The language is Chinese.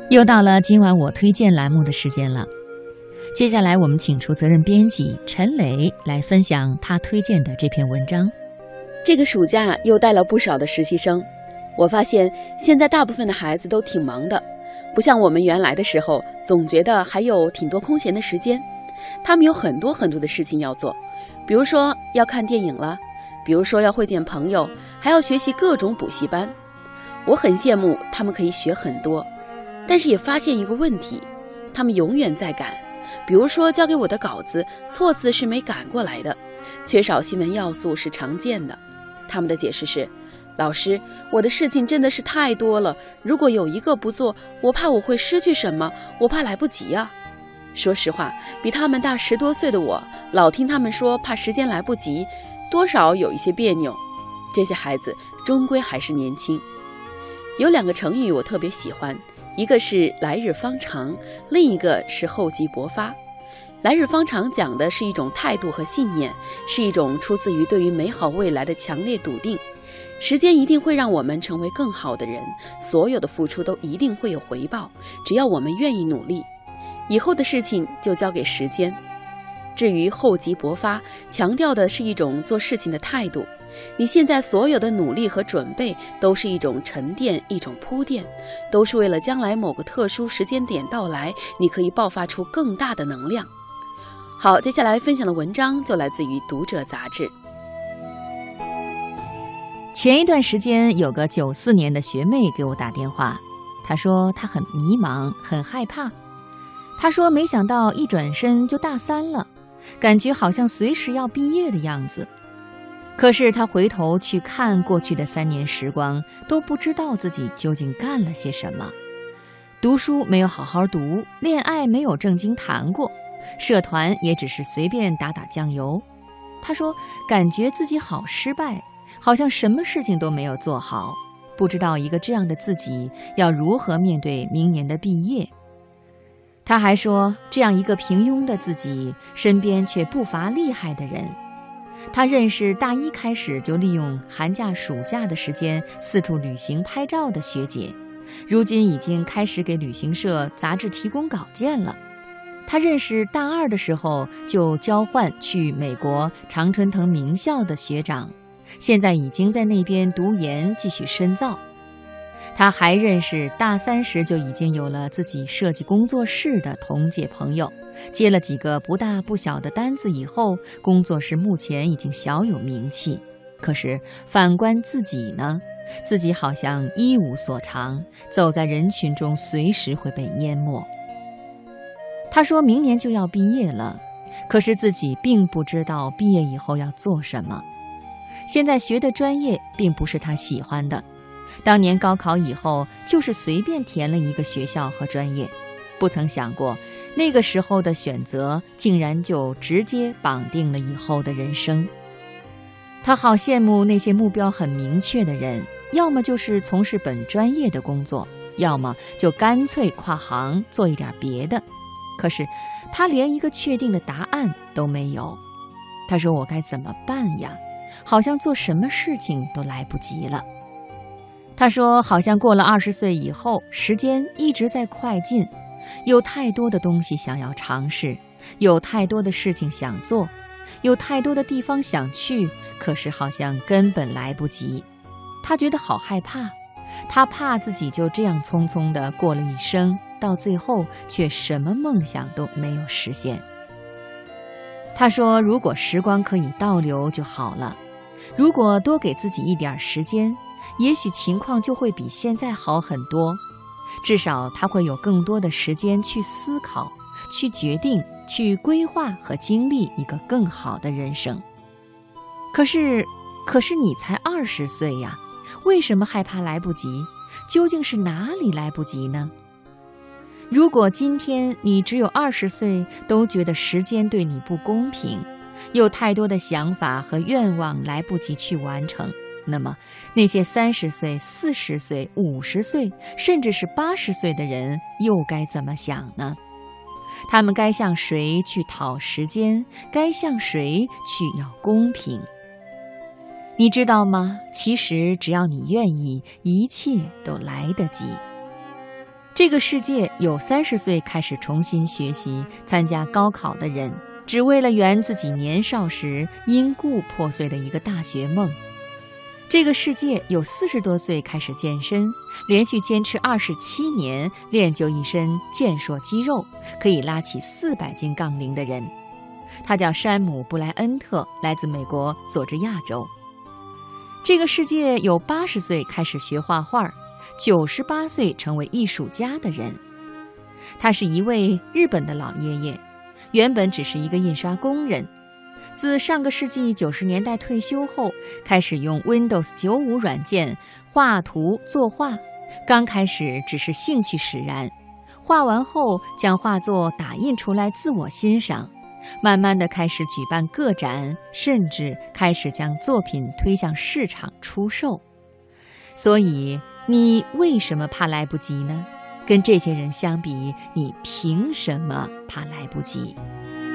又到了今晚我推荐栏目的时间了。接下来我们请出责任编辑陈磊来分享他推荐的这篇文章。 这个暑假又带了不少的实习生，我发现现在大部分的孩子都挺忙的，不像我们原来的时候，总觉得还有挺多空闲的时间。他们有很多的事情要做，比如说要看电影了，比如说要会见朋友，还要学习各种补习班。我很羡慕他们可以学很多，但是也发现一个问题，他们永远在赶。比如说交给我的稿子，错字是没赶过来的，缺少新闻要素是常见的。他们的解释是，老师，我的事情真的是太多了，如果有一个不做，我怕我会失去什么，我怕来不及啊。说实话，比他们大10多岁的我，老听他们说怕时间来不及，多少有一些别扭。这些孩子终归还是年轻。有2个成语我特别喜欢，一个是来日方长，另一个是厚积薄发。来日方长讲的是一种态度和信念，是一种出自于对于美好未来的强烈笃定。时间一定会让我们成为更好的人，所有的付出都一定会有回报，只要我们愿意努力，以后的事情就交给时间。至于厚积薄发，强调的是一种做事情的态度。你现在所有的努力和准备都是一种沉淀，一种铺垫，都是为了将来某个特殊时间点到来，你可以爆发出更大的能量。好，接下来分享的文章就来自于读者杂志。 前一段时间有个94年的学妹给我打电话，她说她很迷茫，很害怕。她说没想到一转身就大3了，感觉好像随时要毕业的样子。可是她回头去看过去的3年时光，都不知道自己究竟干了些什么。读书没有好好读，恋爱没有正经谈过，社团也只是随便打打酱油。她说感觉自己好失败，好像什么事情都没有做好，不知道一个这样的自己要如何面对明年的毕业。她还说，这样一个平庸的自己，身边却不乏厉害的人。她认识大1开始就利用寒假暑假的时间四处旅行拍照的学姐，如今已经开始给旅行社杂志提供稿件了。她认识大2的时候就交换去美国常春藤名校的学长，现在已经在那边读研继续深造。他还认识大3时就已经有了自己设计工作室的同届朋友，接了几个不大不小的单子以后，工作室目前已经小有名气。可是反观自己呢，自己好像一无所长，走在人群中随时会被淹没。他说明年就要毕业了，可是自己并不知道毕业以后要做什么。现在学的专业并不是他喜欢的，当年高考以后就是随便填了一个学校和专业，不曾想过那个时候的选择竟然就直接绑定了以后的人生。他好羡慕那些目标很明确的人，要么就是从事本专业的工作，要么就干脆跨行做一点别的。可是他连一个确定的答案都没有。他说我该怎么办呀？好像做什么事情都来不及了。他说好像过了20岁以后，时间一直在快进，有太多的东西想要尝试，有太多的事情想做，有太多的地方想去，可是好像根本来不及。他觉得好害怕，他怕自己就这样匆匆地过了一生，到最后却什么梦想都没有实现。他说如果时光可以倒流就好了，如果多给自己一点时间，也许情况就会比现在好很多。至少他会有更多的时间去思考，去决定，去规划和经历一个更好的人生。可是你才20岁呀，为什么害怕来不及？究竟是哪里来不及呢？如果今天你只有20岁，都觉得时间对你不公平，有太多的想法和愿望来不及去完成，那么那些30岁、40岁、50岁，甚至是80岁的人又该怎么想呢？他们该向谁去讨时间？该向谁去要公平？你知道吗？其实只要你愿意，一切都来得及。 这个世界有30岁开始重新学习、参加高考的人，只为了圆自己年少时因故破碎的一个大学梦。这个世界有40多岁开始健身，连续坚持27年，练就一身健硕肌肉，可以拉起400斤杠铃的人。他叫山姆·布莱恩特，来自美国佐治亚州。这个世界有80岁开始学画画，98岁成为艺术家的人。他是一位日本的老爷爷，原本只是一个印刷工人，自上个世纪90年代退休后，开始用 Windows 95软件画图作画。刚开始只是兴趣使然，画完后将画作打印出来自我欣赏，慢慢地开始举办个展，甚至开始将作品推向市场出售。所以你为什么怕来不及呢？跟这些人相比，你凭什么怕来不及？